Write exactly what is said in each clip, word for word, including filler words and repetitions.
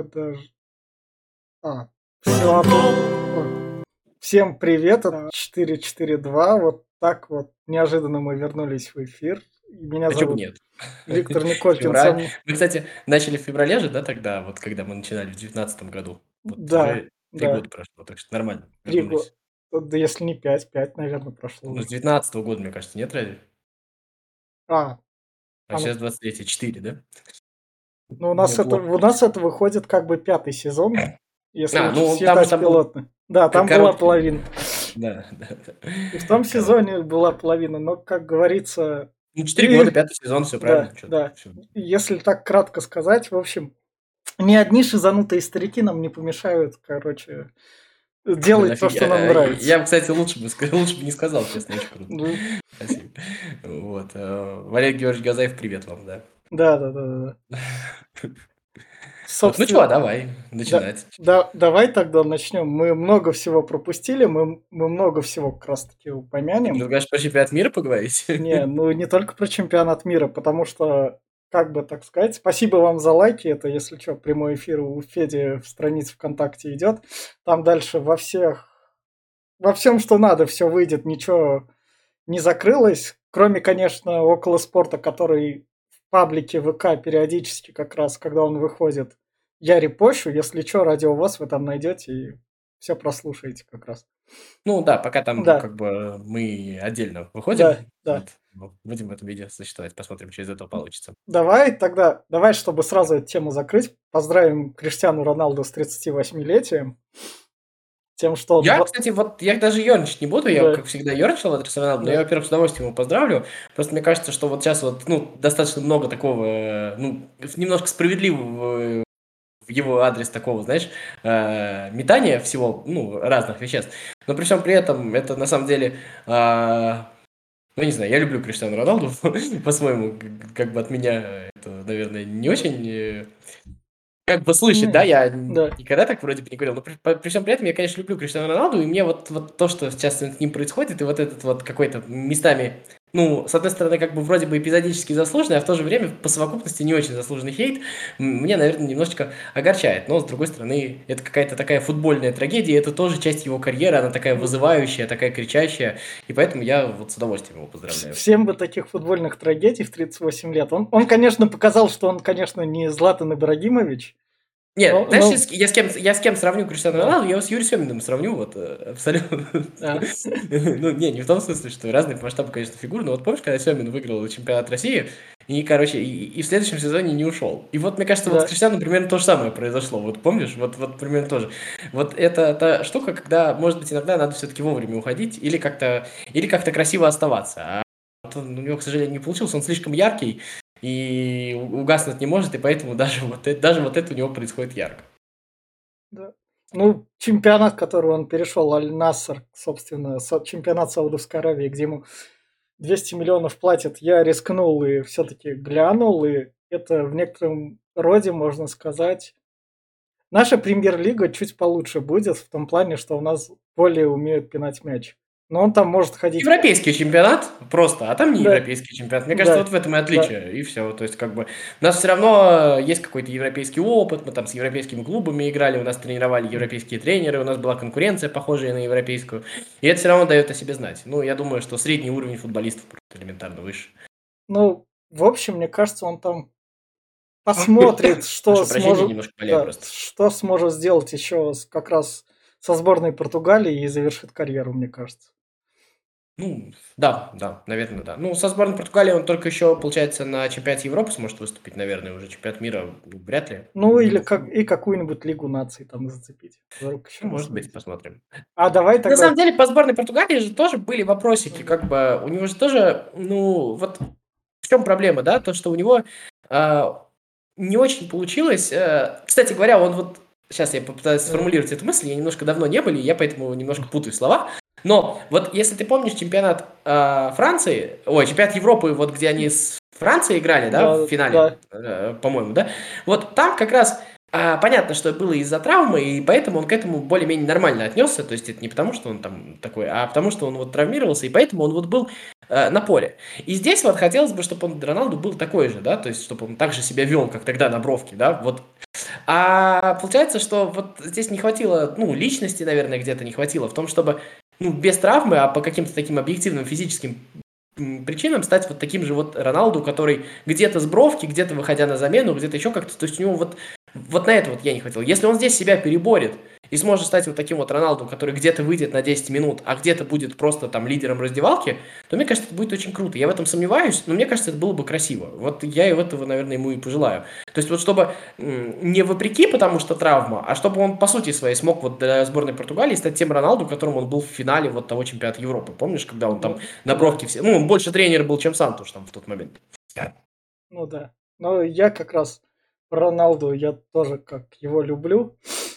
Подож... А, все. Всем привет, это четыре четыре два. Вот так вот неожиданно мы вернулись в эфир. Меня Почему зовут нет? Виктор Николькин. Февраль. Сам... Мы, кстати, начали в феврале же, да, тогда, вот когда мы начинали в девятнадцатом году. Вот Да, уже три да. года прошло, так что нормально, Три года. вернулись. Да если не пять, пять, наверное, прошло Ну, с уже. девятнадцатого года, мне кажется, нет разве? А, А а ну, сейчас двадцать третье, четыре, да? ну у нас это, Неплохо. у нас это выходит как бы пятый сезон, если А, уч- ну там, считать там был пилотный. Да, к- там была короткий. половина. Да, да, да. И в том Короткий. сезоне была половина, но, как говорится, Ну, четыре года, и пятый сезон, все да, правильно. Что да. все. Если так кратко сказать, в общем, ни одни шизанутые старики нам не помешают, короче, делать то, что нам нравится. Я бы, кстати, лучше бы, ска- лучше бы не сказал, честно, очень круто. Ну, Спасибо. Вот. э, Валерий Георгиевич Газаев, привет вам, да. да, да, да, да. Вот, ну Собственно, что, давай да, начинать. да, давай тогда начнем. Мы много всего пропустили, мы, мы много всего как раз-таки Ты упомянем. предлагаешь про чемпионат мира поговорить? Не, ну не только про чемпионат мира, потому что, как бы так сказать, спасибо вам за лайки. Это, если что, прямой эфир у Феди в странице ВКонтакте идет. Там дальше во всех, во всем, что надо, все выйдет, ничего не закрылось. Кроме, конечно, около спорта, который в паблике ВК периодически как раз, когда он выходит, я репощу. Если что, радио ВОС вы там найдете и все прослушаете как раз. Ну да, пока там Да, как бы мы отдельно да, выходим. да. Вот. Ну, будем в этом видео существовать, посмотрим, что из этого получится. Давай тогда, давай, чтобы сразу эту тему закрыть, поздравим Криштиану Роналду с тридцативосьмилетием. Тем, что он... Я, два- кстати, вот я даже ерничать не буду, я, Да, как всегда, ерничал в адрес Роналду, но я, да. во-первых, с удовольствием его поздравлю. Просто мне кажется, что вот сейчас вот, ну, достаточно много такого, э, ну, немножко справедливого в его адрес такого, знаешь, э, метания всего, ну, разных веществ. Но при всем при этом это на самом деле, э, ну, не знаю, я люблю Криштиану Роналду по-своему, как- как бы от меня это, наверное, не очень э, как бы слышать, да, Не, я да. никогда так вроде бы не говорил, но при, по- при всем при этом я, конечно, люблю Криштиану Роналду, и мне вот, вот то, что сейчас с ним происходит, и вот этот вот какой-то местами, ну, с одной стороны, как бы вроде бы эпизодически заслуженный, а в то же время по совокупности не очень заслуженный хейт, м, меня, наверное, немножечко огорчает, но, с другой стороны, это какая-то такая футбольная трагедия, это тоже часть его карьеры, она такая Ну, вызывающая, такая кричащая, и поэтому я вот с удовольствием его вс- поздравляю. всем бы таких футбольных трагедий в тридцать восемь лет. Он, он, конечно, показал, что он, конечно, не Златан Ибрагимович, Нет, но, знаешь, я но с, я с кем, я с кем сравню Криштиану да, Роналду? Я его с Юрием Семиным сравню, вот, э, абсолютно. да, Ну, не, не в том смысле, что разные по масштабу, конечно, фигуры, но вот помнишь, когда Семин выиграл чемпионат России, и, короче, и, и в следующем сезоне не ушел. И вот, мне кажется, вот с да. Криштиану примерно то же самое произошло, вот помнишь? Вот, вот примерно тоже. Вот это та штука, когда, может быть, иногда надо все-таки вовремя уходить или как-то, или как-то красиво оставаться. А вот он, у него, к сожалению, не получилось, он слишком яркий, и у- угаснуть не может, и поэтому даже вот, это, даже вот это у него происходит ярко. Да. Ну, чемпионат, который он перешел, Аль-Насср, собственно, со- чемпионат Саудовской Аравии, где ему двести миллионов платят, я рискнул и все-таки глянул, и это в некотором роде, можно сказать, наша премьер-лига чуть получше будет в том плане, что у нас более умеют пинать мяч. Но он там может ходить... ко- Европейский чемпионат просто, а там не Да, европейский чемпионат. Мне кажется, да, вот в этом и да. отличие, и все. То есть, как бы, у нас все равно есть какой-то европейский опыт, мы там с европейскими клубами играли, у нас тренировали европейские тренеры, у нас была конкуренция, похожая на европейскую, и это все равно дает о себе знать. Ну, я думаю, что средний уровень футболистов просто элементарно выше. Ну, в общем, мне кажется, он там посмотрит, что Прошу прощения, сможет, немножко болею да, просто. что сможет сделать еще с- как раз со сборной Португалии и завершит карьеру, мне кажется. Ну, да, да, наверное, да. Ну, со сборной Португалии он только еще, получается, на чемпионате Европы сможет выступить, наверное, уже чемпионат мира ну, вряд ли. Ну, или Ну, как и какую-нибудь Лигу наций там зацепить. Вдруг еще ну, раз может быть, выйдет. посмотрим. А давай На тогда. самом деле, по сборной Португалии же тоже были вопросики, Мгм. как бы, у него же тоже, ну, вот в чем проблема, да, то, что у него а, не очень получилось. э, Кстати говоря, он вот, сейчас я попытаюсь Да. сформулировать эту мысль, я немножко давно не были, я поэтому немножко путаю слова. Но вот если ты помнишь чемпионат а, Франции, ой, чемпионат Европы, вот где они с Францией играли, да, в Да, финале, да. э, по-моему, да, вот там как раз а, понятно, что было из-за травмы, и поэтому он к этому более-менее нормально отнесся. То есть это не потому, что он там такой, а потому что он вот травмировался, и поэтому он вот был э, на поле. И здесь вот хотелось бы, чтобы он, Роналду был такой же, да, то есть чтобы он так же себя вел, как тогда на бровке, да, вот. А получается, что вот здесь не хватило, ну, личности, наверное, где-то не хватило в том, чтобы, ну, без травмы, а по каким-то таким объективным физическим причинам стать вот таким же вот Роналду, который где-то с бровки, где-то выходя на замену, где-то еще как-то, то есть у него вот, вот на это вот я не хотел. Если он здесь себя переборет и сможет стать вот таким вот Роналду, который где-то выйдет на десять минут, а где-то будет просто там лидером раздевалки, то мне кажется, это будет очень круто. Я в этом сомневаюсь, но мне кажется, это было бы красиво. Вот я и этого, наверное, ему и пожелаю. То есть вот чтобы не вопреки, потому что травма, а чтобы он по сути своей смог вот для сборной Португалии стать тем Роналду, которым он был в финале вот того чемпионата Европы. Помнишь, когда он там Ну, на да. бровке все... Ну, он больше тренер был, чем Сантуш там в тот момент. Ну да. Но я как раз Роналду, я тоже как его люблю.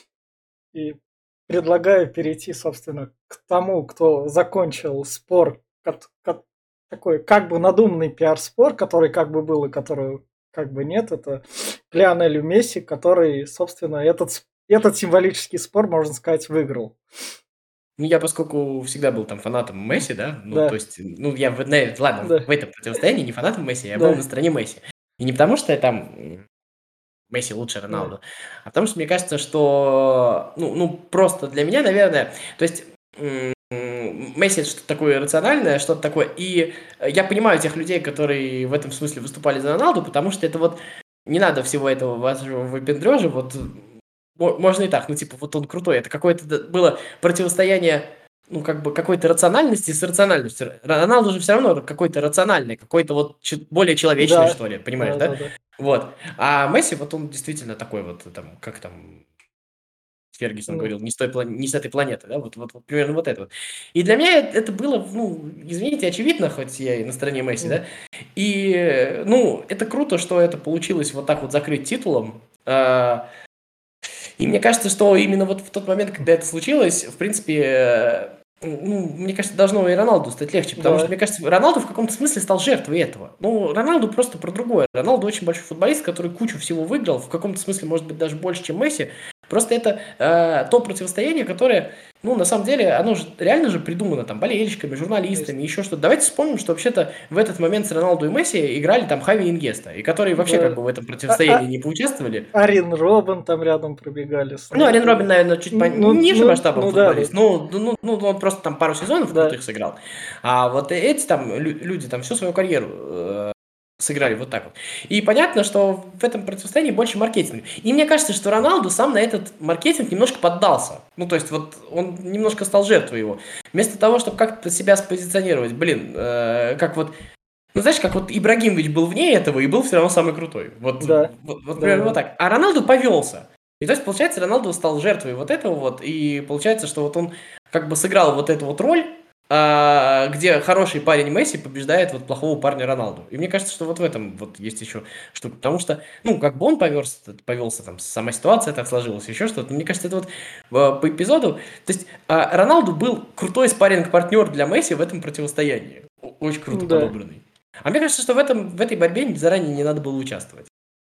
И предлагаю перейти, собственно, к тому, кто закончил спор, кот- кот- такой как бы надуманный пиар-спор, который как бы был и который как бы нет. Это к Лионелю Месси, который, собственно, этот, с- этот символический спор, можно сказать, выиграл. Ну, я поскольку всегда был там фанатом Месси, да, ну, то Да, есть, ну, я, в, на- ладно, да, в этом противостоянии не фанатом Месси, я был на да, стороне Месси. И не потому, что я там м, Месси лучше да. Роналду, а потому что мне кажется, что, ну, ну просто для меня, наверное, то есть м, Месси это что-то такое рациональное, что-то такое, и я понимаю тех людей, которые в этом смысле выступали за Роналду, потому что это вот не надо всего этого вашего выпендрежа, вот мо- можно и так, ну, типа, вот он крутой, это какое-то д- было противостояние, ну, как бы какой-то рациональности с рациональностью. Роналду же все равно какой-то рациональный, какой-то вот че- более человечный, Да, что ли, понимаешь, да, да, да? да. Вот. А Месси, вот он действительно такой вот, там, как там Фергюсон Ну, говорил, не с, той, пла- не с этой планеты, да, вот, вот, вот примерно вот это вот. И для меня это это было, ну, извините, очевидно, хоть я и на стороне Месси, м, да, и, э, ну, это круто, что это получилось вот так вот закрыть титулом, а, и мне кажется, что именно вот в тот момент, когда это случилось, в принципе, э, ну, мне кажется, должно и Роналду стать легче, потому что, да. мне кажется, Роналду в каком-то смысле стал жертвой этого. Ну, Роналду просто про другое. Роналду очень большой футболист, который кучу всего выиграл, в каком-то смысле, может быть, даже больше, чем Месси. Просто это э, то противостояние, которое, ну, на самом деле, оно же реально же придумано там болельщиками, Есть. журналистами, еще что-то. Давайте вспомним, что вообще-то в этот момент с Роналду и Месси играли там Хави и Иньеста, и которые вообще как Да. бы в этом А, противостоянии а- не поучаствовали. Арин Робин там рядом пробегали с Ну, ним. Арен Робин, наверное, чуть по- Ну, ниже ну, масштабом ну да, да, футболист. Ну, ну, ну, он просто там пару сезонов да. крутых сыграл. А вот эти там лю- люди там всю свою карьеру э, сыграли вот так вот. И понятно, что в этом противостоянии больше маркетинга. И мне кажется, что Роналду сам на этот маркетинг немножко поддался. Ну, то есть вот он немножко стал жертвой его. Вместо того, чтобы как-то себя спозиционировать, блин, э, как вот ну, знаешь, как вот Ибрагимович был вне этого и был все равно самый крутой. Вот, Да, вот, вот да, примерно вот да. так. А Роналду повелся. И то есть, получается, Роналду стал жертвой вот этого вот, и получается, что вот он как бы сыграл вот эту вот роль, а, где хороший парень Месси побеждает вот плохого парня Роналду. И мне кажется, что вот в этом вот есть еще штука. Потому что, ну, как бы он повелся, повелся там, сама ситуация так сложилась, еще что-то. Мне кажется, это вот э, по эпизоду... То есть а, Роналду был крутой спарринг-партнер для Месси в этом противостоянии. О- Очень круто Да. подобранный. А мне кажется, что в, этом, в этой борьбе заранее не надо было участвовать.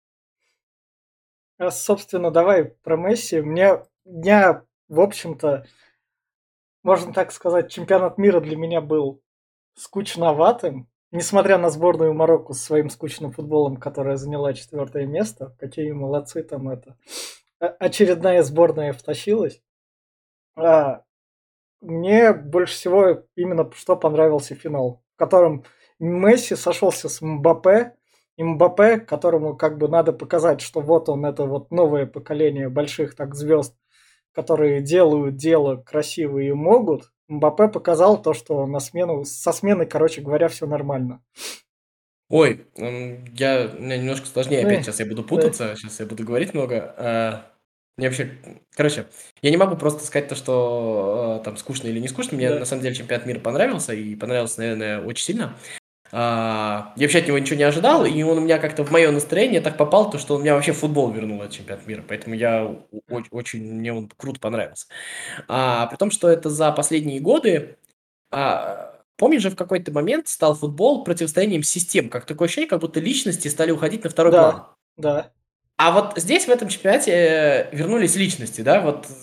А, собственно, давай про Месси. Мне, меня, в общем-то, можно так сказать, чемпионат мира для меня был скучноватым. Несмотря на сборную Марокко с своим скучным футболом, которая заняла четвертое место. Какие молодцы там это. А- Очередная сборная втащилась. А, мне больше всего именно что понравился финал, в котором Месси сошелся с Мбаппе, и Мбаппе, которому как бы надо показать, что вот он, это вот новое поколение больших так звезд, которые делают дело красиво и могут. Мбаппе показал то, что на смену, со сменой, короче говоря, все нормально. Ой, м, я, у меня немножко сложнее, опять Э, сейчас я буду да, путаться, сейчас я буду говорить много. А, мне вообще, короче, я не могу просто сказать то, что э, там скучно или не скучно. Мне на да. самом деле чемпионат мира понравился, и понравился, наверное, очень сильно. А, я вообще от него ничего не ожидал, Да. и он у меня как-то в мое настроение так попал, то, что он меня вообще в футбол вернул от чемпионата мира. Поэтому я о- о- очень, мне он круто понравился. А, при том, что это за последние годы, а, помнишь же, в какой-то момент стал футбол противостоянием систем, как такое ощущение, как будто личности стали уходить на второй план. Да, да, А вот здесь, в этом чемпионате, э, вернулись личности, да, вот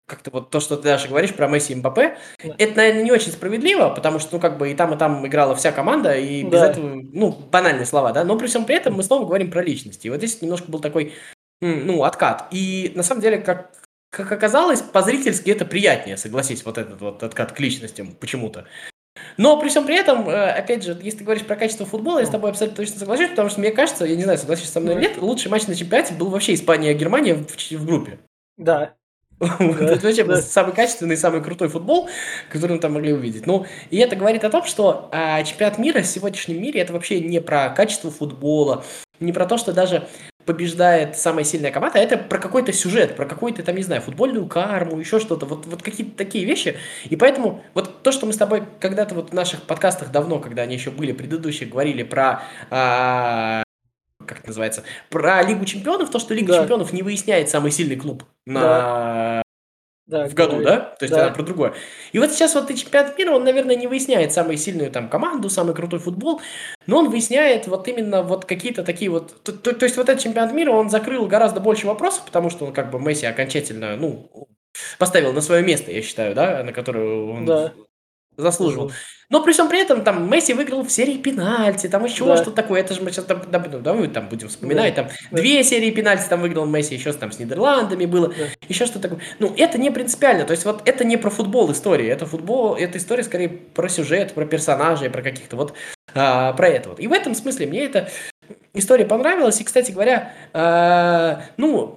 как-то вот то, что ты даже говоришь про Месси и Мбаппе, Да. это, наверное, не очень справедливо, потому что, ну, как бы и там, и там играла вся команда, и без Да. этого, ну, банальные слова, да, но при всем при этом мы снова говорим про личности. И вот здесь немножко был такой, м, ну, откат. И на самом деле, как, как оказалось, по-зрительски это приятнее, согласись, вот этот вот откат к личностям почему-то. Но при всем при этом, э, опять же, если ты говоришь про качество футбола, я с тобой абсолютно точно соглашусь, потому что мне кажется, я не знаю, согласишься со мной или Да. нет, лучший матч на чемпионате был вообще Испания-Германия в, ч- в группе. Да. Вот, Да. это вообще был Да. самый качественный, самый крутой футбол, который мы там могли увидеть. Ну, и это говорит о том, что а, чемпионат мира в сегодняшнем мире это вообще не про качество футбола, не про то, что даже побеждает самая сильная команда, а это про какой-то сюжет, про какую-то там, не знаю, футбольную карму, еще что-то, вот, вот какие-то такие вещи. И поэтому вот то, что мы с тобой когда-то вот в наших подкастах давно, когда они еще были предыдущие, говорили про а, как это называется, про Лигу Чемпионов, то, что Лига Да. Чемпионов не выясняет самый сильный клуб Да. на Да. в году, Говорили. да? То есть она Да. про другое. И вот сейчас вот и чемпионат мира, он, наверное, не выясняет самую сильную там команду, самый крутой футбол, но он выясняет вот именно вот какие-то такие вот... То, то- то есть вот этот чемпионат мира, он закрыл гораздо больше вопросов, потому что он как бы Месси окончательно, ну, поставил на свое место, я считаю, да, на которое он Да. заслуживал. З- Но при всем при этом там Месси выиграл в серии пенальти, там еще Да. что-то такое. Это же мы сейчас там, да, ну, да, мы там будем Да. вспоминать. Там Да. две серии пенальти там выиграл Месси, еще там с Нидерландами было, Да. еще что-то такое. Ну, это не принципиально. То есть вот это не про футбол история. Это футбол, это история скорее про сюжет, про персонажей, про каких-то вот а, про это вот. И в этом смысле мне эта история понравилась. И, кстати говоря, а, ну,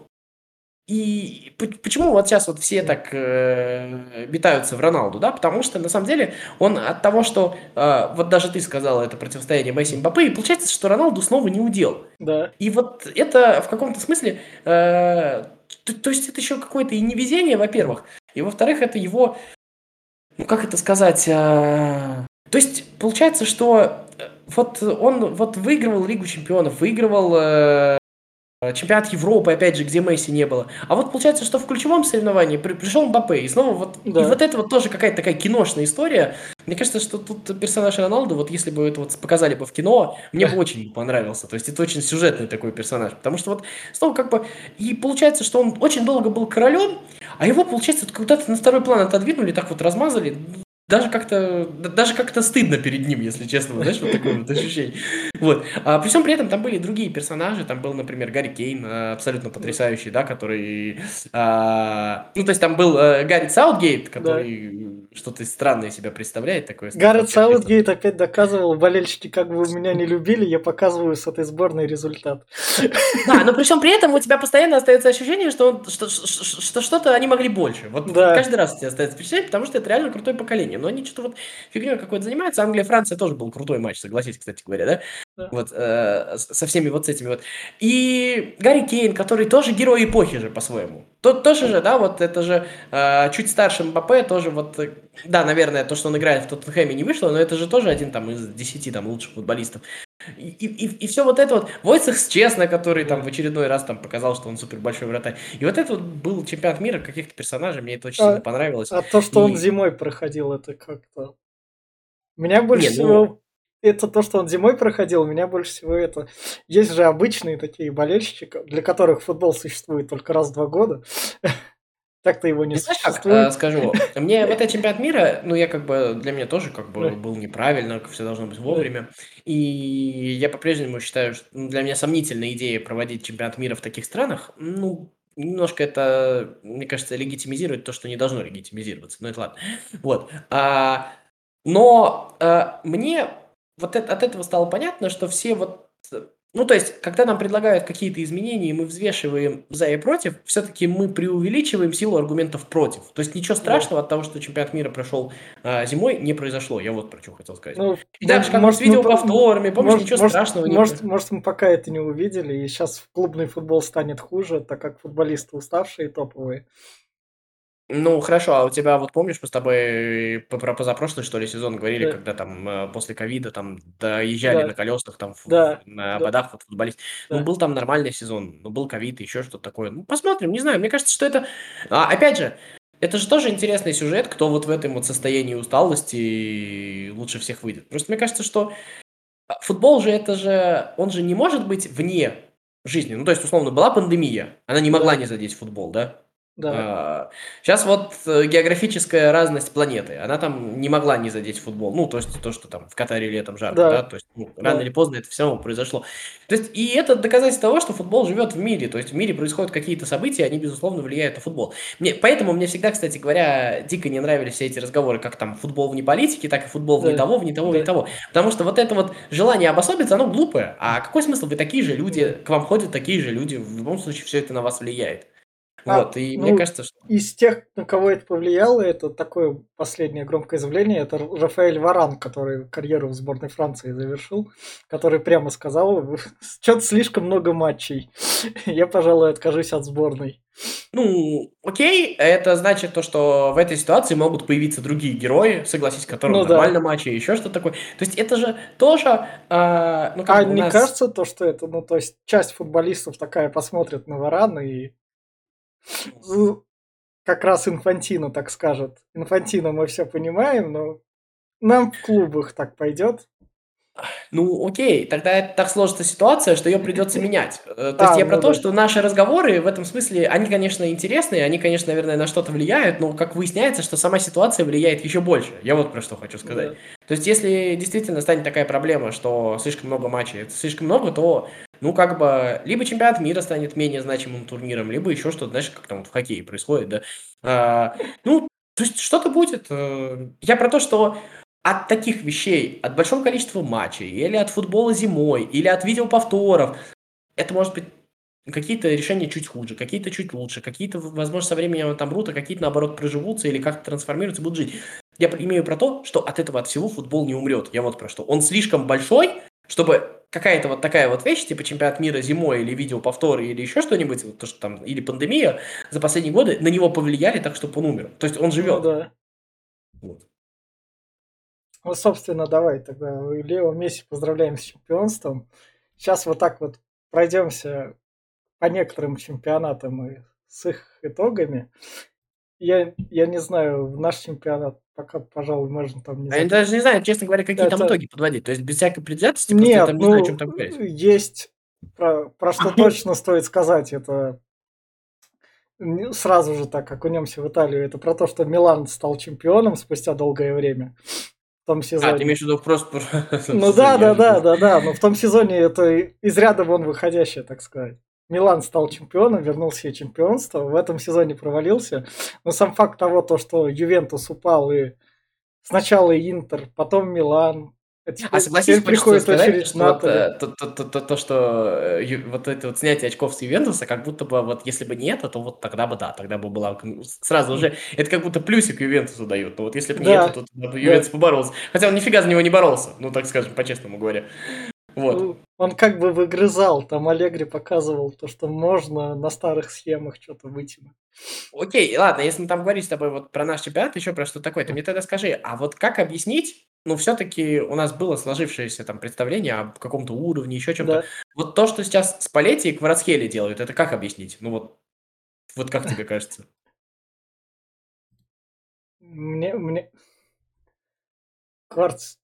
и п- почему вот сейчас вот все так э, метаются в Роналду, да? Потому что на самом деле он от того, что э, вот даже ты сказал, это противостояние Месси и Мбаппе, и получается, что Роналду снова не удел. Да. И вот это в каком-то смысле, э, то, то есть это еще какое-то и невезение, во-первых, и во-вторых, это его, ну как это сказать, э, то есть получается, что э, вот он вот выигрывал Лигу Чемпионов, выигрывал э, чемпионат Европы, опять же, где Месси не было. А вот получается, что в ключевом соревновании при- пришел Мбаппе, и снова вот... И Да. вот это вот тоже какая-то такая киношная история. Мне кажется, что тут персонаж Роналду, вот если бы это вот показали бы в кино, мне бы очень понравился. То есть это очень сюжетный такой персонаж. Потому что вот снова как бы... И получается, что он очень долго был королем, а его, получается, вот куда-то на второй план отодвинули, так вот размазали. Даже как-то, да- даже как-то стыдно перед ним, если честно, вот знаешь, вот такое вот ощущение. Вот. А при всем при этом там были и другие персонажи, там был, например, Гарри Кейн, э, абсолютно Да. потрясающий, да, который, а, ну, то есть там был э, Гарри Саутгейт, Да. который что-то странное из себя представляет, такое Гаррет вообще отлично. Саутгейт опять доказывал, болельщики, как бы вы меня не любили, я показываю с этой сборной результат. Да, но при всем при этом у тебя постоянно остается ощущение, что, он- что, что, что- что что-то они могли больше. Вот, вот Да. каждый раз у тебя остается впечатление, потому что это реально крутое поколение. Но они что-то вот фигней какой-то занимаются. Англия-Франция тоже был крутой матч, согласись, кстати говоря, да? Да. Вот э, с- со всеми вот с этими вот. И Гарри Кейн, который тоже герой эпохи же по-своему. Тот тоже же, да, вот это же э, чуть старше Мбаппе, тоже вот, э, да, наверное, то, что он играет в Тоттенхэме не вышло, но это же тоже один там из десяти там лучших футболистов. И, и, и все вот это вот. Войцех Счестно, который там Да. в очередной раз там показал, что он супер большой вратарь. И вот это вот был чемпионат мира каких-то персонажей, мне это очень сильно А, понравилось. а то, что он И, зимой проходил, это как-то... Меня больше не, ну, всего... Это то, что он зимой проходил, меня больше всего это... Есть же обычные такие болельщики, для которых футбол существует только раз в два года. Так-то его не я знаешь как, э, существует. скажу, мне вот этот чемпионат мира, ну, я как бы, для меня тоже как Да. бы был неправильно, все должно быть Да. вовремя. И я по-прежнему считаю, что ну, для меня сомнительная идея проводить чемпионат мира в таких странах. Ну, немножко это, мне кажется, легитимизирует то, что не должно легитимизироваться. Ну, это ладно. Вот. А, но э, мне вот это- от этого стало понятно, что все вот... э, Ну, то есть, когда нам предлагают какие-то изменения, и мы взвешиваем за и против, все-таки мы преувеличиваем силу аргументов против. То есть, ничего Да. страшного от того, что чемпионат мира прошел а, зимой, не произошло. Я вот про что хотел сказать. Ну, И так мо- же, как бы с может, мы, по- м- видеоповторами, помнишь, может, ничего может, страшного не может, произошло. может, мы пока это не увидели, и сейчас клубный футбол станет хуже, так как футболисты уставшие, топовые. Ну, хорошо, а у тебя, вот помнишь, мы с тобой по- про позапрошлый, что ли, сезон говорили, Да, когда там э, после ковида там доезжали на да, колесах, там в- в- да, на да, ободах вот футболист. Ну, да, был там нормальный сезон, ну, был ковид, еще что-то такое. Ну, посмотрим, не знаю, мне кажется, что это... А, опять же, это же тоже интересный сюжет, кто вот в этом вот состоянии усталости лучше всех выйдет. Просто мне кажется, что футбол же это же, он же не может быть вне жизни. Ну, то есть, условно, была пандемия, она не могла да, не задеть футбол, да? Да. А, Щас вот, э, географическая разность планеты, она там не могла не задеть футбол. Ну, то есть то, что там в Катаре летом жарко, да, Да. то есть, ну, рано или Да. поздно это всё равно произошло. То есть и это доказательство того, что футбол живет в мире. То есть в мире происходят какие-то события, они, безусловно, влияют на футбол. Мне поэтому мне всегда, кстати говоря, дико не нравились все эти разговоры, как там футбол вне политики, так и футбол вне Да. того, вне того, вне Да. того. Потому что вот это вот желание обособиться, оно глупое. А какой смысл? Вы такие же люди, Да. к вам ходят такие же люди. В любом случае всё это на вас влияет. А, Вот, и мне ну, кажется, что из тех, на кого это повлияло, это такое последнее громкое заявление, это Р Рафаэль Варан, который карьеру в сборной Франции завершил, который прямо сказал: "Чё-то слишком много матчей. Я, пожалуй, откажусь от сборной". Ну, окей, это значит то, что в этой ситуации могут появиться другие герои, согласись, которым Ну да. нормально матчи, еще что-то такое. То есть это же тоже, а, ну, как А бы у не нас кажется то, что это, ну, то есть часть футболистов такая посмотрит на Варана и з как раз Инфантино так скажет: "Инфантино, мы все понимаем, но нам в клубах так пойдет". Ну, окей, тогда это так сложится ситуация, что ее придется менять. Э, то есть А, я про ну то, да. что наши разговоры в этом смысле, они, конечно, интересные, они, конечно, наверное, на что-то влияют, но, как выясняется, что сама ситуация влияет еще больше. Я вот про что хочу сказать. Да. То есть если действительно станет такая проблема, что слишком много матчей, это слишком много, то, ну, как бы, либо чемпионат мира станет менее значимым турниром, либо еще что-то, знаешь, как там вот в хоккее происходит, да. А, ну, то есть что-то будет. Э, Я про то, что от таких вещей, от большого количества матчей, или от футбола зимой, или от видеоповторов, это может быть какие-то решения чуть хуже, какие-то чуть лучше, какие-то, в- возможно, со временем отомрут, а какие-то, наоборот, приживутся или как-то трансформируются, будут жить. Я п- имею про то, что от этого от всего футбол не умрет. Я вот про что. Он слишком большой, чтобы какая-то вот такая вот вещь, типа чемпионат мира зимой или видеоповторы или еще что-нибудь, вот то, что там, или пандемия за последние годы на него повлияли так, чтобы он умер. То есть он Ну живет. да. Вот. Ну, собственно, давай тогда Лео Месси поздравляем с чемпионством. Сейчас вот так вот пройдемся по некоторым чемпионатам и с их итогами. Я, я не знаю, в наш чемпионат пока, пожалуй, можно там не А я записывать. даже не знаю, честно говоря, какие там Это итоги подводить. То есть без всякой предвзятости, просто я нет, там не знаю, о чем ну, там говорить. есть про, про что точно стоит сказать. Это не- сразу же так окунемся в Италию. Это про то, что Милан стал чемпионом спустя долгое время в том А, ты сезоне. имеешь в виду просто в Ну да, сезоне, я да, же да, да, да. Но в том сезоне это из ряда вон выходящее, так сказать. Милан стал чемпионом, вернул себе чемпионство. В этом сезоне провалился. Но сам факт того, то, что Ювентус упал и сначала Интер, потом Милан, а А теперь, согласись, теперь хочется приходит сказать, то, очередь что вот Наполи. э, то, то, то, то, то, что э, ю- вот это вот снятие очков с Ювентуса, как будто бы вот если бы не это, то вот тогда бы да, тогда бы была ну, с- сразу уже, это как будто плюсик Ювентусу дают. Но вот если бы не это, Да, то тогда бы Ювентус да. поборолся. Хотя он нифига за него не боролся, ну так скажем, по-честному говоря. Вот. Ну, он как бы выгрызал. Там Аллегри показывал то, что можно на старых схемах что-то вытянуть. Окей, ладно, если мы там говорить с тобой вот про наш чемпионат, еще про что такое, ты мне тогда скажи, а вот как объяснить, ну, все-таки у нас было сложившееся там представление о каком-то уровне, еще чем-то. Да. Вот то, что сейчас Спалетти и Кварацхелия делают, это как объяснить? Ну, вот, вот как тебе кажется? Мне, мне, Кварц,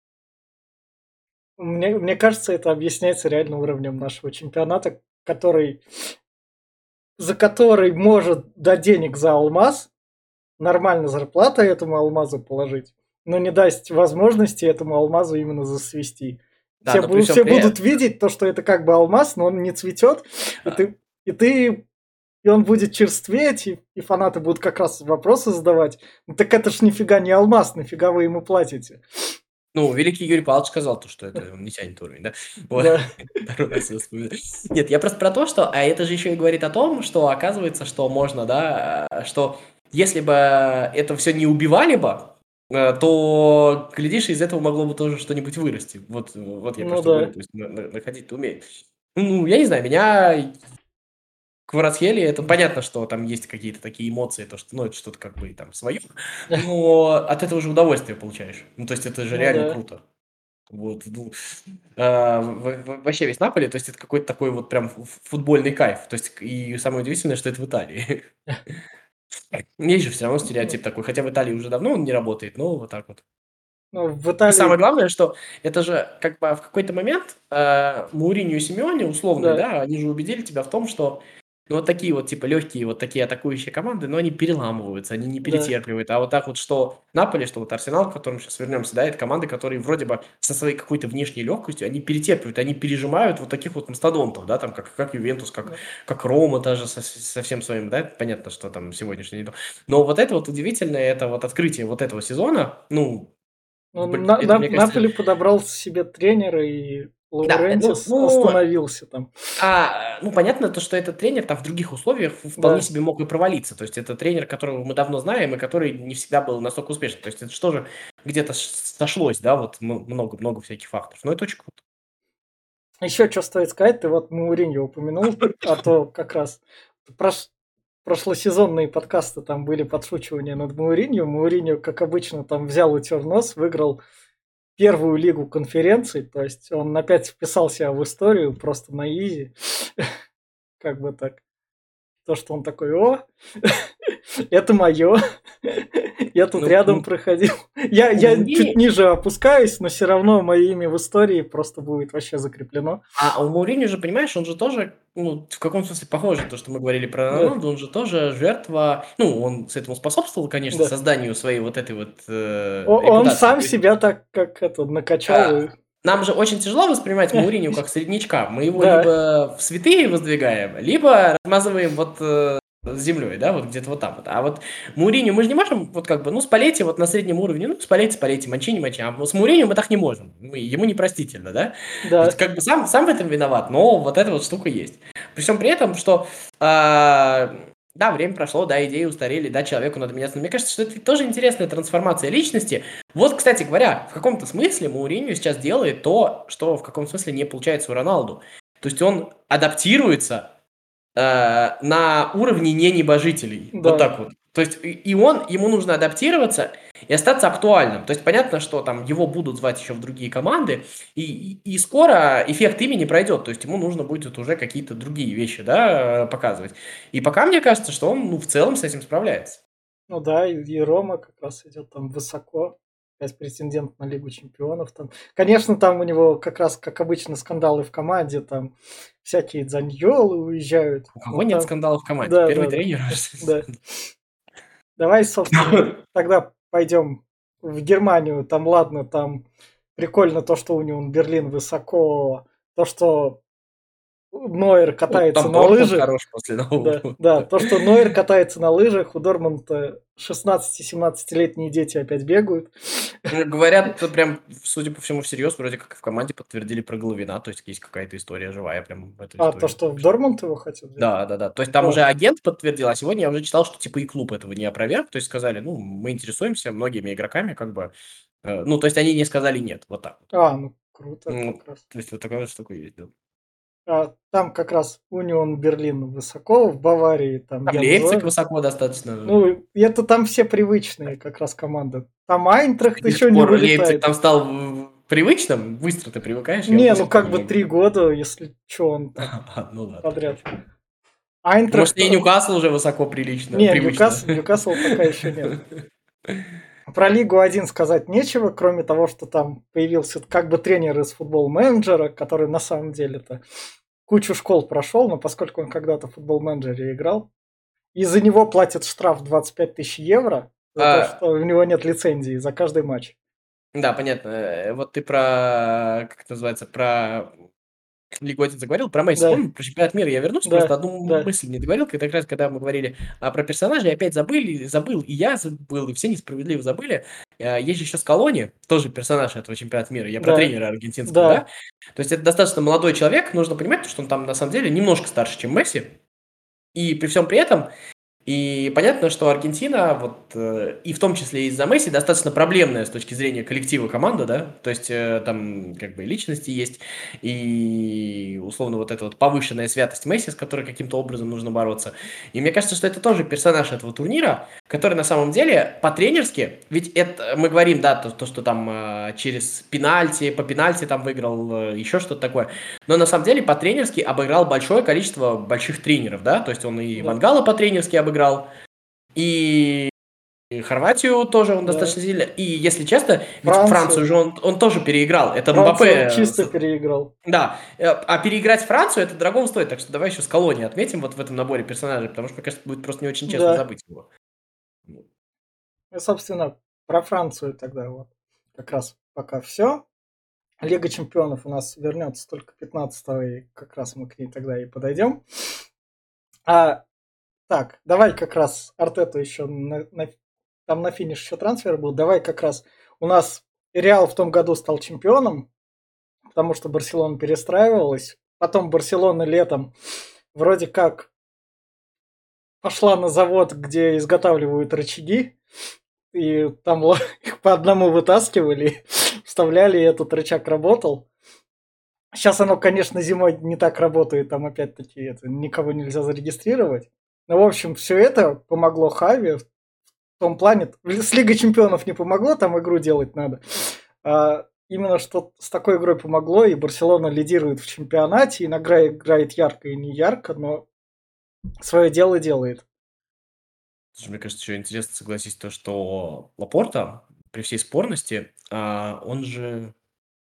мне, мне кажется, это объясняется реально уровнем нашего чемпионата, который, за который может дать денег за алмаз, нормально зарплата этому алмазу положить, но не даст возможности этому алмазу именно засвести. Да, Все, но при бу- всем все при этом... будут видеть то, что это как бы алмаз, но он не цветет, и ты, и ты и он будет черстветь, и, и фанаты будут как раз вопросы задавать. Ну так это ж нифига не алмаз, нафига вы ему платите? Ну, великий Юрий Павлович сказал то, что это он не тянет уровень, да? Вот. Да. Второй раз я вспоминаю. Нет, я просто про то, что... А это же еще и говорит о том, что оказывается, что можно, да, а, что если бы это все не убивали бы, э, то, глядишь, из этого могло бы тоже что-нибудь вырасти. Вот, вот я про Ну что говорю. да. То есть на- на- находить-то умеет. Ну, я не знаю, меня Кварацхелия, это понятно, что там есть какие-то такие эмоции, то, что, ну, это что-то как бы там свое, но от этого же удовольствие получаешь. Ну, то есть это же Ну реально да. круто. Вот, ну, а, в- в- вообще весь Наполе, то есть это какой-то такой вот прям ф- футбольный кайф. То есть и самое удивительное, что это в Италии. Есть же все равно Ну, стереотип такой, хотя в Италии уже давно он не работает, но вот так вот. ну, в И самое Италии, главное, что это же как бы в какой-то момент э, Мауриньо и Симеоне условные, да. да, они же убедили тебя в том, что Ну, вот такие вот, типа, легкие, вот такие атакующие команды, но они переламываются, они не Да. перетерпливают. А вот так вот, что Наполи, что вот Арсенал, к которому сейчас вернемся, да, это команды, которые вроде бы со своей какой-то внешней легкостью, они перетерпливают, они пережимают вот таких вот мастодонтов, да, там, как, как Ювентус, как, Да. как Рома даже со, со всем своим, да, понятно, что там сегодняшний не то. Но вот это вот удивительное, это вот открытие вот этого сезона, ну, Ну, блин, На- это, На- мне кажется, Наполи подобрал себе тренера, и да, ну, Лаурентис ну, остановился там. А, ну, понятно, то, что этот тренер там в других условиях вполне Да. себе мог и провалиться. То есть это тренер, которого мы давно знаем и который не всегда был настолько успешен. То есть это что же где-то ш- сошлось, да, вот много-много всяких факторов. Но это очень круто. Еще что стоит сказать, ты вот Мауриньо упомянул, а то как раз прош- прошлосезонные подкасты там были подшучивания над Мауриньо. Мауриньо, как обычно, там взял, утер нос, выиграл первую лигу конференций, то есть он опять вписал себя в историю просто на изи, как бы так. То, что он такой, о, это мое, я тут Ну, рядом у, проходил. Я, у я чуть Маурини- ниже опускаюсь, но все равно мое имя в истории просто будет вообще закреплено. а у Мауриньо же, понимаешь, он же тоже, ну, в каком смысле похоже, то, что мы говорили про Да, Роналду, он же тоже жертва, ну, он с этому способствовал, конечно, да. созданию своей вот этой вот э, О- Он репутации. сам То есть себя так, как это, накачал. А, И... нам же очень тяжело воспринимать Мауриню как среднячка. Мы его Да, либо в святые воздвигаем, либо размазываем вот э, с землей, да, вот где-то вот там вот. А вот Мауриню мы же не можем, вот как бы, ну, спалейте вот на среднем уровне, ну, спалейте, спалейте, мочи, не мочи. А вот с Мауриню мы так не можем. Мы, ему непростительно, да? То есть, да. как бы сам, сам в этом виноват, но вот эта вот штука есть. При всем при этом, что а, да, время прошло, да, идеи устарели, да, человеку надо меняться. Но мне кажется, что это тоже интересная трансформация личности. Вот, кстати говоря, в каком-то смысле Мауриньо сейчас делает то, что в каком смысле не получается у Роналду. То есть он адаптируется э, на уровне не небожителей. Вот Да. так вот. То есть и и он, ему нужно адаптироваться и остаться актуальным. То есть понятно, что там его будут звать еще в другие команды, и, и, и скоро эффект имени пройдет. То есть ему нужно будет уже какие-то другие вещи, да, э, показывать. И пока мне кажется, что он, ну, в целом с этим справляется. Ну да, и, и Рома как раз идет там высоко. Опять претендент на Лигу Чемпионов. Там. Конечно, там у него как раз, как обычно, скандалы в команде, там всякие Дзаньолы уезжают. У Ну кого нет там, скандалов в команде? да, Первый да, да, тренер. да. Давай, собственно, тогда пойдем в Германию. Там, ладно, там прикольно то, что Унион Берлин высоко, то, что Нойер Ну, катается там на Дортмунд лыжах. хорош после Нового Да, да, года. то, что Нойер катается на лыжах, у Дормунда шестнадцати-семнадцатилетние дети опять бегают. Ну, говорят, прям, судя по всему, всерьез, вроде как в команде подтвердили про Головина, то есть есть какая-то история живая прям в эту А то, историю. что в Дормунд его хотят взять? Да, да, да. То есть там О, уже агент подтвердил, а сегодня я уже читал, что типа и клуб этого не опроверг, то есть сказали, ну, мы интересуемся многими игроками, как бы, э, ну, то есть они не сказали нет, вот так вот. а, ну круто Ну, как раз. то есть вот такая вот штука есть. Да. А, там как раз Унион Берлин высоко, в Баварии там Там Ян Лейпциг Зомер. высоко достаточно. Ну, это там все привычные как раз команды. Там С Айнтрахт каких еще не пор Лейпциг вылетает. там стал в- привычным? Быстро ты привыкаешь, я вот Не, до ну сих пор как не бы могу. три года, если что, он так А, ну ладно, подряд. хорошо. Может, Айнтрахт... и Ньюкасл уже высоко прилично, Не, привычно. Ньюкасл, Ньюкасл пока еще нет. Про Лигу один сказать нечего, кроме того, что там появился как бы тренер из футбол-менеджера, который на самом деле-то кучу школ прошел, но поскольку он когда-то в футбол-менеджере играл, из-за него платят штраф двадцать пять тысяч евро за то, А, что у него нет лицензии за каждый матч. да, понятно. Э, Вот ты про, как это называется, про Лигу один заговорил, про Месси. Да, Помню, про чемпионат мира я вернусь, просто да, одну да, мысль не договорил, когда, как раз когда мы говорили а, про персонажей, опять забыли, забыл, и я забыл, и все несправедливо забыли. Э, Есть же еще Скалони, тоже персонаж этого чемпионата мира, я про да, тренера аргентинского, да? да, То есть это достаточно молодой человек, нужно понимать, что он там на самом деле немножко старше, чем Месси, и при всем при этом и понятно, что Аргентина, вот, э, и в том числе из-за Месси, достаточно проблемная с точки зрения коллектива команда, да, то есть э, там как бы личности есть, и условно вот эта вот повышенная святость Месси, с которой каким-то образом нужно бороться. И мне кажется, что это тоже персонаж этого турнира, который на самом деле по-тренерски, ведь это мы говорим, да, то, то что там э, через пенальти, по пенальти там выиграл, э, еще что-то такое, но на самом деле по-тренерски обыграл большое количество больших тренеров, да, то есть он и да. Ван Гала по-тренерски обыграл, и Хорватию тоже он Да. достаточно сильно. И, если честно, ведь Францию. Францию же он, он тоже переиграл. Это Францию он Мбаппе. чисто с- переиграл. Да. Э, А переиграть Францию это дорого стоит. Так что давай еще Скалони отметим вот в этом наборе персонажей, потому что, мне кажется, будет просто не очень честно Да. забыть его. И, собственно, про Францию тогда вот как раз пока все. Лига чемпионов у нас вернется только пятнадцатого, и как раз мы к ней тогда и подойдем. А, так, давай как раз Артету еще на, на- там на финиш еще трансфер был. Давай как раз у нас Реал в том году стал чемпионом, потому что Барселона перестраивалась. Потом Барселона летом вроде как пошла на завод, где изготавливают рычаги, и там ла- их по одному вытаскивали, вставляли, и этот рычаг работал. Сейчас оно, конечно, зимой не так работает, там опять-таки это, никого нельзя зарегистрировать. Но, в общем, все это помогло Хави в том плане. С Лигой чемпионов не помогло, там игру делать надо. А именно что с такой игрой помогло, и Барселона лидирует в чемпионате, иногда играет ярко и не ярко, но свое дело делает. Слушай, мне кажется, еще интересно, согласись, то, что Лапорта, при всей спорности, а, он же...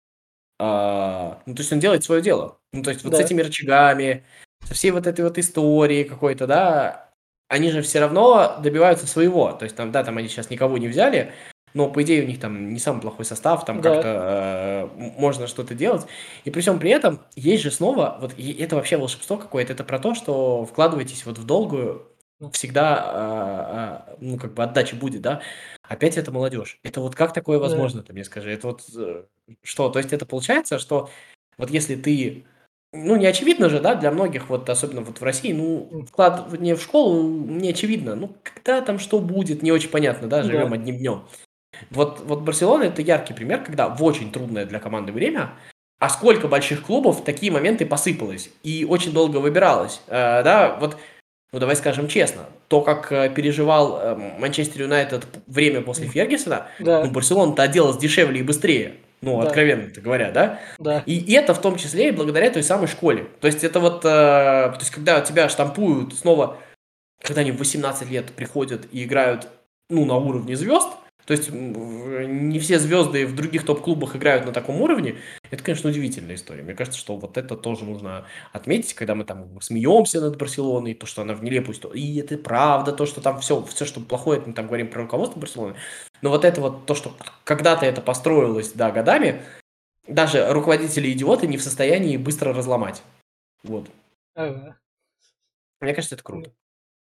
а, ну, то есть он делает свое дело. Ну, то есть вот с Да, этими рычагами, со всей вот этой вот историей какой-то, да, они же все равно добиваются своего. То есть там, да, там они сейчас никого не взяли, но, по идее, у них там не самый плохой состав, там да, как-то э, м- можно что-то делать. И при всем при этом есть же снова, вот и это вообще волшебство какое-то, это про то, что вкладываетесь вот в долгую, всегда, а, а, ну, как бы отдача будет, да. Опять это молодежь. Это вот как такое да, возможно, ты мне скажи? Это вот э, что? То есть это получается, что вот если ты, ну, не очевидно же, да, для многих, вот особенно вот в России, ну, М. вкладывание в школу не очевидно. Ну, когда там что будет, не очень понятно, да, живем да, одним днем. Вот, вот Барселона это яркий пример, когда в очень трудное для команды время, а сколько больших клубов в такие моменты посыпалось и очень долго выбиралось, Э, да, вот, ну давай скажем честно, то, как э, переживал э, Манчестер Юнайтед время после М. Фергюсона, ну, да, Барселона-то оделась дешевле и быстрее, ну, да, откровенно говоря, да, да, и, и это в том числе и благодаря той самой школе. То есть это вот, э, то есть когда тебя штампуют снова, когда они в восемнадцать лет приходят и играют, ну, на уровне звезд, то есть м, не все звезды в других топ-клубах играют на таком уровне, это, конечно, удивительная история. Мне кажется, что вот это тоже нужно отметить, когда мы там смеемся над Барселоной, то, что она в нелепую историю. И это правда, то, что там все, все, что плохое, мы там говорим про руководство Барселоны. Но вот это вот то, что когда-то это построилось, да, годами, даже руководители-идиоты не в состоянии быстро разломать. Вот. ага. Мне кажется, это круто.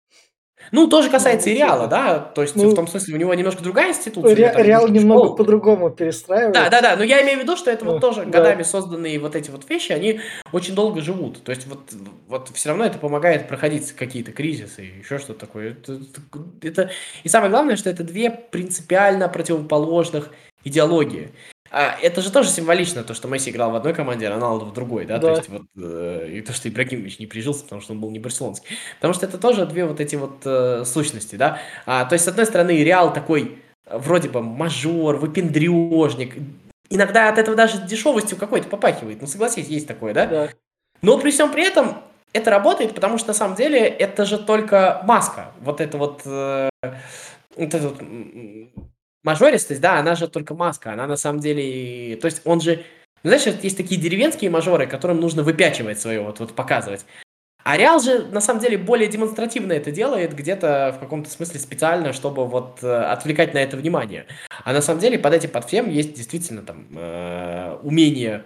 Ну, тоже Ну, касается и Реала, действительно. да, то есть в Ну, том смысле у него немножко другая институция, у него Ре- там Реал немножко немного школа. по-другому Да, перестраивается. да, да, но я имею в виду, что это вот Ну, тоже да, годами созданные вот эти вот вещи, они очень долго живут. То есть вот, вот все равно это помогает проходить какие-то кризисы и еще что-то такое. Это, это- это- И самое главное, что это две принципиально противоположных идеологии. А это же тоже символично, то, что Месси играл в одной команде, а Роналду в другой, да, то да, есть вот э, и то, что Ибрагимович не прижился, потому что он был не барселонский. Потому что это тоже две вот эти вот э, сущности, да. А, то есть, с одной стороны, Реал такой э, вроде бы мажор, выпендрежник, иногда от этого даже дешевостью какой-то попахивает, ну согласись, есть такое, да? да, Но при всем при этом это работает, потому что на самом деле это же только маска. Вот это вот, э, вот эта вот м, мажористость, да, она же только маска. Она на самом деле... То есть он же... Знаешь, вот есть такие деревенские мажоры, которым нужно выпячивать свое, вот, вот показывать. А Реал же, на самом деле, более демонстративно это делает, где-то в каком-то смысле специально, чтобы вот э, отвлекать на это внимание. А на самом деле под этим, под всем есть действительно там э, умение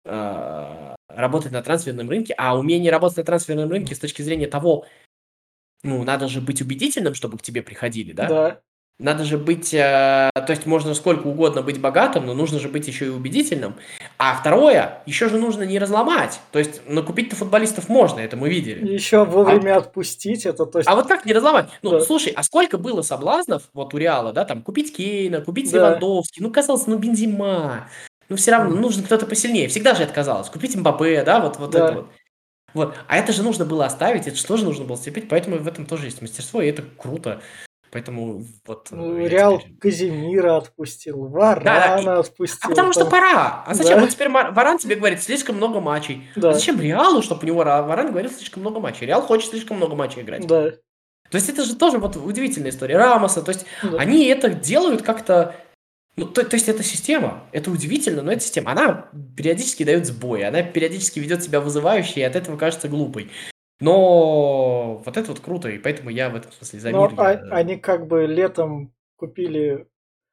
э, работать на трансферном рынке, а умение работать на трансферном рынке с точки зрения того, ну, надо же быть убедительным, чтобы к тебе приходили, да? да. Надо же быть, э, то есть можно сколько угодно быть богатым, но нужно же быть еще и убедительным. А второе, еще же нужно не разломать. То есть накупить-то футболистов можно, это мы видели. Еще А, вовремя отпустить это, то есть, а вот как не разломать? Ну, да, слушай, а сколько было соблазнов вот у Реала, да, там, купить Кейна, купить да, Левандовски, ну, казалось, ну, Бензима, ну, все равно м, нужно кто-то посильнее. Всегда же это казалось. Купить Мбаппе, да, вот, вот это да. вот. Вот. А это же нужно было оставить, это же тоже нужно было стерпеть, поэтому в этом тоже есть мастерство, и это круто. Поэтому вот э, Ну, я Реал теперь... Казимира отпустил, Да, да. и- Варана А отпустил, потому что там, пора. А зачем? да, Вот теперь Мар- Варан тебе говорит, слишком много матчей. А да, зачем Реалу, чтобы у него Ра- Варан говорил слишком много матчей? Реал хочет слишком много матчей играть. да. То есть это же тоже вот удивительная история Рамоса. То есть Ну да. они это делают как-то... Ну, то, то есть это система, это удивительно, но это система. Она периодически дает сбои, она периодически ведет себя вызывающе, и от этого кажется глупой. Но вот это вот круто, и поэтому я в этом смысле за мир. Но а- Я... они как бы летом купили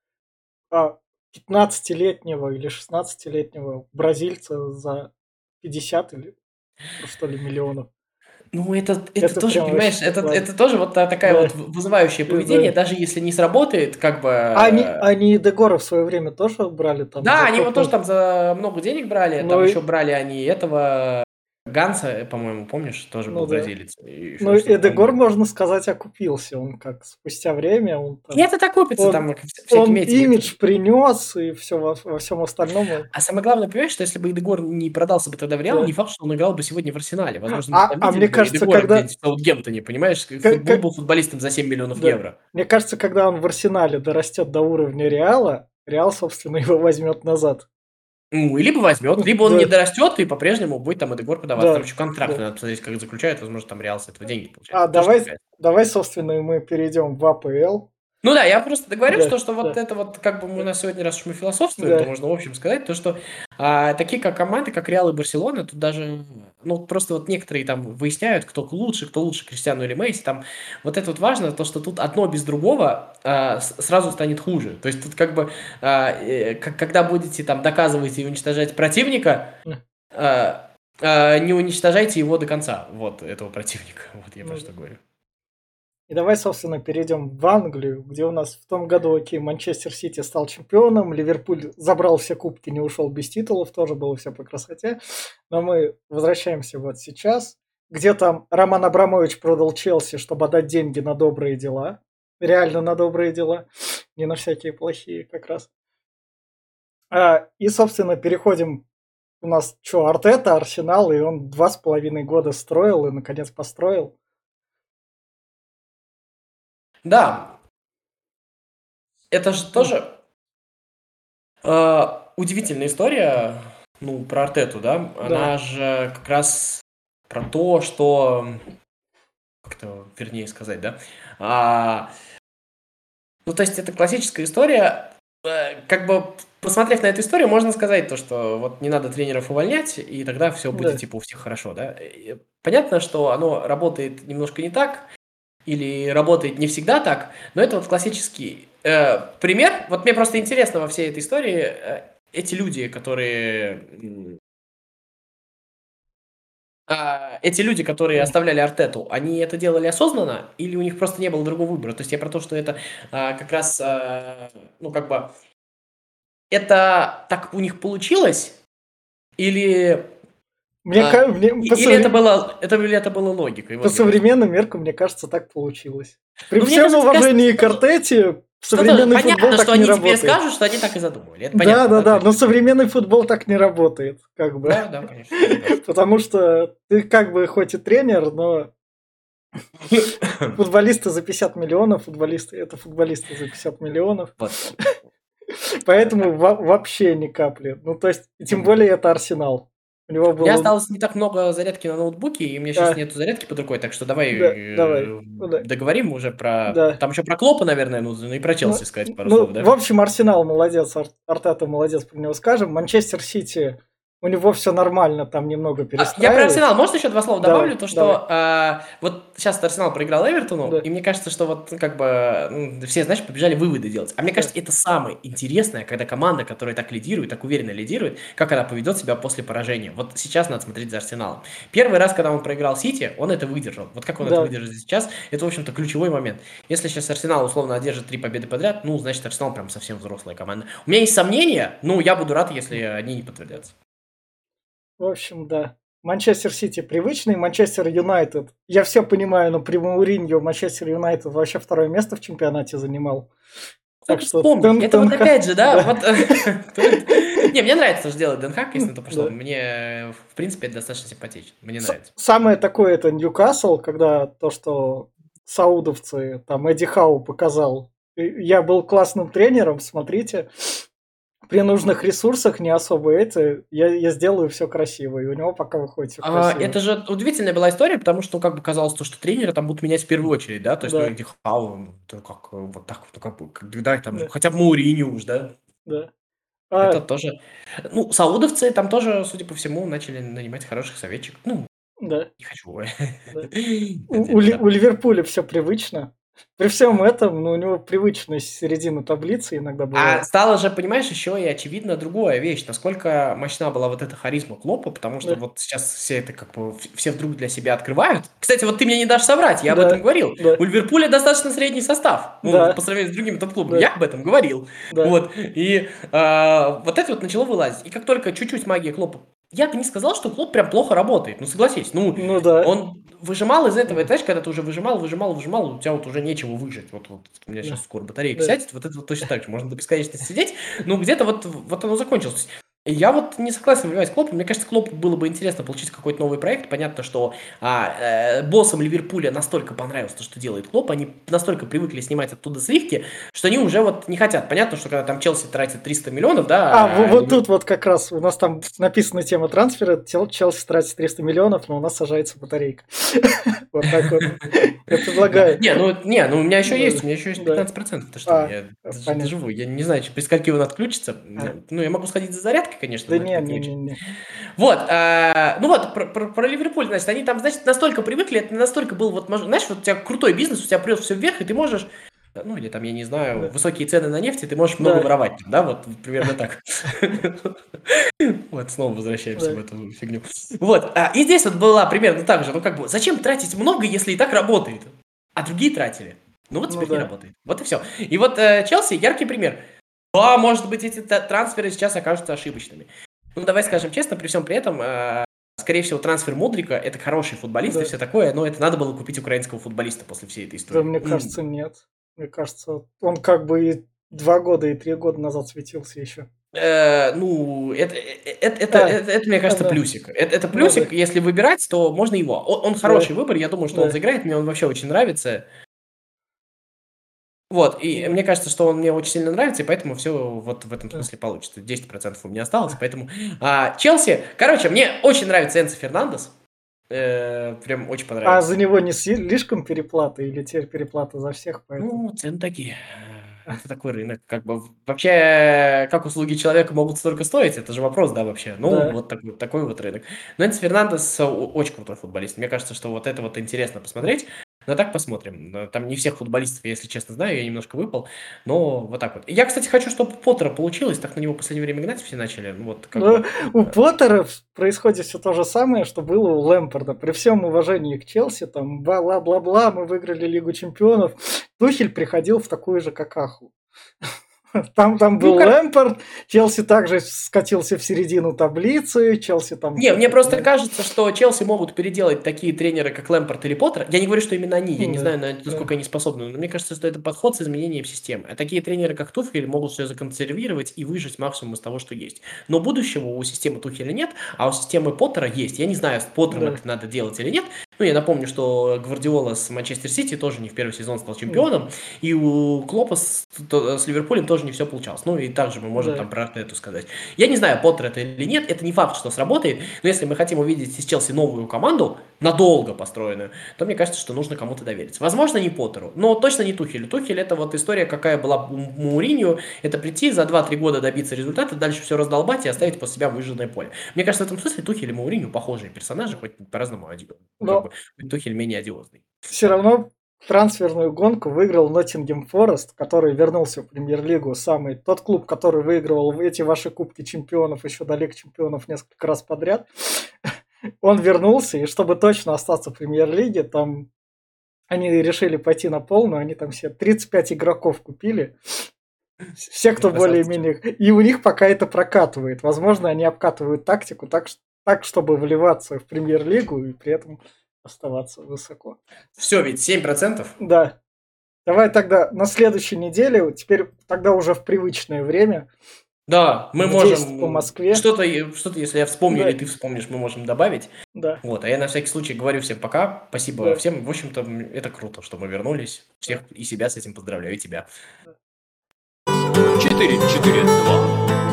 а, пятнадцатилетнего или шестнадцатилетнего бразильца за пятьдесят или что ли миллионов. Ну, это, это Это тоже, прям понимаешь, вообще это, классно. это тоже вот та- такая Да. вот вызывающее И поведение, да. даже если не сработает, как бы... А Они, они и Дегора в свое время тоже брали там Да, за они его тоже топ-ноль. там за много денег брали, там Ну, и- еще брали они этого Ганса, по-моему, помнишь, тоже ну был да. бразилец, и Ну, еще что-то. Эдегор, Он... можно сказать, окупился. Он как спустя время, он И там, это так купится, он, там вся- он всякими этими... имидж принес и все во, во всем остальном. он- А самое главное, понимаешь, что если бы Эдегор не продался бы тогда в Реал, да. не факт, что он играл бы сегодня в Арсенале. Возможно, мы А, там а видели мне бы кажется, Эдегора когда, где-нибудь в Саутгемптоне, понимаешь? ка- Футбол ка- был футболистом за семь миллионов да. евро. Мне кажется, когда он в Арсенале дорастет до уровня Реала, Реал, собственно, его возьмет назад. Ну, либо возьмет, либо он не Да, дорастет и по-прежнему будет там Эдегор подаваться. Там да, еще контракт да. надо посмотреть, как заключают. Возможно, там Реал с этого деньги получает. А Это тоже давай, такая. давай, собственно, и мы перейдем в АПЛ. Ну да, я просто договорю, Да, что, что вот да, это вот, как бы мы у нас сегодня, раз уж мы философствуем, то да. можно в общем сказать, то что а, такие как команды, как Реал и Барселона, тут даже, ну просто вот некоторые там выясняют, кто лучше, кто лучше, Криштиану или Месси, там вот это вот важно, то что тут одно без другого а, с- сразу станет хуже. То есть тут как бы, а, э, как- когда будете там доказывать и уничтожать противника, М, а, а, не уничтожайте его до конца, вот, этого противника, вот я про ну да. что говорю. И давай, собственно, перейдем в Англию, где у нас в том году, окей, Манчестер Сити стал чемпионом, Ливерпуль забрал все кубки, не ушел без титулов, тоже было все по красоте. Но мы возвращаемся вот сейчас, где там Роман Абрамович продал Челси, чтобы отдать деньги на добрые дела. Реально на добрые дела, не на всякие плохие как раз. А, и, собственно, переходим. У нас что, Артета, Арсенал, и он два с половиной года строил и, наконец, построил. Да, это же М, тоже э, удивительная история, ну, про Артету, да, Да, она же как раз про то, что, как это вернее сказать, да, А, ну, то есть это классическая история, э, как бы посмотрев на эту историю, можно сказать то, что вот не надо тренеров увольнять, и тогда все будет да. типа у всех хорошо, да. И понятно, что оно работает немножко не так, или работает не всегда так, но это вот классический э, пример. Вот мне просто интересно во всей этой истории э, эти люди, которые м, а, эти люди, которые М. оставляли Артету, они это делали осознанно или у них просто не было другого выбора? То есть я про то, что это а, как раз, а, ну как бы, это так у них получилось, или, Мне, а, ка- мне и- по, или это совре- было, это, или это было логикой? по Вот я про что. современным меркам, мне кажется, так получилось. При Ну, мне всем кажется, кажется, уважении к что тоже, Артете, что тоже современный футбол понятно, что так не они теперь работает. скажут, что они так и задумали. Это Да, понятно, да, да? То да, есть но это- современный футбол так не работает, как бы. Да, да, конечно, согласен. Потому что ты как бы хоть и тренер, но футболисты за пятьдесят миллионов, футболисты это футболисты за пятьдесят миллионов. Вот. Поэтому во- вообще ни капли. Ну, то есть, и тем Мгм. более это Арсенал. У него У меня было... осталось не так много зарядки на ноутбуке, и у меня сейчас А, нету зарядки под рукой, так что давай да, давай. э, Ну, да. договорим уже про... Да. Там еще про Клопа, наверное, нужно, и про Челси Ну, сказать пару ну, слов, да? в общем, Арсенал молодец, Ар- Артета молодец, про него скажем. Манчестер Сити, у него все нормально, там немного А, я про перестраивают. Арсенал, можно еще два слова Давай, добавлю? То, что а, вот сейчас Арсенал проиграл Эвертону, Да, и мне кажется, что вот ну, как бы ну, все, знаешь, побежали выводы делать. А мне да, кажется, это самое интересное, когда команда, которая так лидирует, так уверенно лидирует, как она поведет себя после поражения. Вот сейчас надо смотреть за Арсеналом. Первый раз, когда он проиграл Сити, он это выдержал. Вот как он это да. выдержит сейчас, это, в общем-то, ключевой момент. Если сейчас Арсенал условно одержит три победы подряд, ну, значит, Арсенал прям совсем взрослая команда. У меня есть сомнения, ну, я буду рад, если они не подтвердятся. В общем, да. Манчестер Сити привычный, Манчестер Юнайтед. Я все понимаю, но при Мауриньо Манчестер Юнайтед вообще второе место в чемпионате занимал. Так Кто-то что вспомнит. Тен- Это вот Тенха- опять же, да, да. вот... Не, мне нравится тоже делать Дэн Хак, если на то пошло. Да. Мне, в принципе, это достаточно симпатично. Мне С- нравится. Самое такое это Ньюкасл, когда то, что саудовцы, там Эдди Хау показал. И Я был классным тренером, смотрите. при нужных ресурсах не особо эти, я, я сделаю все красиво, и у него пока выходит все А, красиво. это же удивительная была история, потому что, ну, как бы казалось, то, что тренера там будут менять в первую очередь, да, то есть, ну, Да, Эдди Хау, ну, то как, э, вот так, вот, ну, как бы, как, да, там, да, хотя бы Мауриньо уж, да, да. это А, тоже, ну, саудовцы там тоже, судя по всему, начали нанимать хороших советчиков, ну, да, не хочу да. У, у отдельно, Ли- да. у Ливерпуля все привычно. При всем этом, ну, у него привычная середина таблицы иногда А бывает. стало же, понимаешь, еще и очевидно другая вещь, насколько мощна была вот эта харизма Клопа, потому что Да, вот сейчас все это как бы в- все вдруг для себя открывают. Кстати, вот ты мне не дашь соврать, я об этом да, говорил. да, У Ливерпуля достаточно средний состав, ну, по да, сравнению с другими топ-клубами. да, Я об этом говорил. да. Вот. И а, вот это вот начало вылазить. И как только чуть-чуть магия Клопа... Я бы не сказал, что Клоп прям плохо работает, ну, согласись. Ну, Ну да, он выжимал из этого, и да, знаешь, когда ты уже выжимал, выжимал, выжимал, у тебя вот уже нечего выжать. Вот, вот у меня сейчас да, скоро батарейка да. сядет, вот это вот точно так же. Можно до бесконечности сидеть, но где-то вот, вот оно закончилось. То есть я вот не согласен вливать Клопа. Мне кажется, Клопу было бы интересно получить какой-то новый проект. Понятно, что а, э, боссам Ливерпуля настолько понравилось то, что делает Клоп, они настолько привыкли снимать оттуда сливки, что они уже вот не хотят. Понятно, что когда там Челси тратит триста миллионов, А, во- да, а вот Ливер- тут вот как раз у нас там написана тема трансфера, Чел- Челси тратит триста миллионов, но у нас сажается батарейка. Вот так вот. Я Да. предлагаю. Не, ну, не, ну у меня еще Да, есть, у меня еще есть да. пятнадцать процентов. Ты что, А, я дож- понятно. доживу. Я не знаю, при скольки он отключится. А, Ну, я могу сходить за зарядкой, конечно, да но это не, так не не, очень. не, не. Вот, а, ну вот, про, про- про Ливерпуль, значит, они там, значит, настолько привыкли, это настолько был, вот, мож- знаешь, вот у тебя крутой бизнес, у тебя прет все вверх, и ты можешь, ну, или там, я не знаю, Да, высокие цены на нефть, и ты можешь много да, воровать, да, вот, примерно так. Вот, снова возвращаемся в да, эту фигню. Вот, а, и здесь вот была примерно так же, ну, как бы, зачем тратить много, если и так работает? А другие тратили. Ну, вот ну теперь не да. работает. Вот и все. И вот э, Челси яркий пример. Да, может быть, эти та- трансферы сейчас окажутся ошибочными. Ну, давай скажем честно, при всем при этом, э, скорее всего, трансфер Мудрика – это хороший футболист и Да. все такое, но это надо было купить украинского футболиста после всей этой Да, истории. мне Ну, кажется, нет. Мне кажется, он как бы и два года, и три года назад светился еще. э, ну, это, э, это, это, А, это, это, мне а, кажется, да, плюсик. Это, это ну да, плюсик, если выбирать, то можно его. Он, он да, хороший выбор, я думаю, что он да, заиграет, мне он вообще очень нравится. Вот, и да, мне кажется, что он мне очень сильно нравится, и поэтому все вот в этом да, смысле получится. десять процентов у меня осталось, да. поэтому... А, Челси, короче, мне очень нравится Энцо Фернандес. Э, прям очень А за понравился. него не слишком переплата или теперь переплата за всех, поэтому... Ну, цены такие. Э, Это такой рынок. Как бы вообще, как услуги человека могут столько стоить, это же вопрос, да, вообще. Ну, Да, вот такой, такой вот рынок. Но Энцо Фернандес э, о- очень крутой футболист. Мне кажется, что вот это вот интересно посмотреть. Но так посмотрим. Но там не всех футболистов, я, если честно, знаю, я немножко выпал. Но вот так вот. Я, кстати, хочу, чтобы у Поттера получилось. Так на него в последнее время гнать все начали. Ну, вот как но бы... у э, Поттера происходит все то же самое, что было у Лэмпарда. При всем уважении к Челси, там, бла-бла-бла, мы выиграли Лигу Чемпионов. Тухель приходил в такую же какаху. Там, там Ну, был кор- Лэмпард, Челси также скатился в середину таблицы, Челси там Не, мне что-то... просто кажется, что Челси могут переделать такие тренеры, как Лэмпорт или Поттер. Я не говорю, что именно они, я не Да, знаю, на- да, насколько они способны, но мне кажется, что это подход с изменением системы. А такие тренеры, как Тухель, могут все законсервировать и выжать максимум из того, что есть. Но будущего у системы Тухеля нет, а у системы Поттера есть. Я не знаю, с Поттером да, это надо делать или нет. Ну, я напомню, что Гвардиола с Манчестер Сити тоже не в первый сезон стал да, чемпионом, и у Клопа с, то- с Ливерпулем тоже не все получалось. Ну, и также мы можем да. там про Артету сказать. Я не знаю, Поттер это или нет, это не факт, что сработает, но если мы хотим увидеть из Челси новую команду, надолго построенную, то мне кажется, что нужно кому-то довериться. Возможно, не Поттеру, но точно не Тухелю. Тухель это вот история, какая была у Мауриньо, это прийти за два-три года добиться результата, дальше все раздолбать и оставить после себя выжженное поле. Мне кажется, в этом смысле Тухель и Мауриньо похожие персонажи, хоть по-разному, оди- ну, как бы Но Тухель менее одиозный. все равно трансферную гонку выиграл Ноттингем Форест, который вернулся в Премьер-лигу. Самый тот клуб, который выигрывал эти ваши кубки чемпионов еще до Лиг Чемпионов несколько раз подряд. Он вернулся, и чтобы точно остаться в Премьер-лиге, там они решили пойти на полную, они там все тридцать пять игроков купили. Все, Ну, кто красавцы. более-менее... И у них пока это прокатывает. Возможно, они обкатывают тактику так, ш- так чтобы вливаться в Премьер-лигу и при этом оставаться высоко. Все, ведь семь процентов. Да. Давай тогда на следующей неделе, теперь тогда уже в привычное время, Да, мы в десять по можем Москве. что-то, что-то, если я вспомню Да, или ты вспомнишь, мы можем добавить. да, Вот, а я на всякий случай говорю всем пока, спасибо да, всем. В общем-то, м, это круто, что мы вернулись. Всех да. и себя с этим поздравляю, и тебя. четыре четыре два.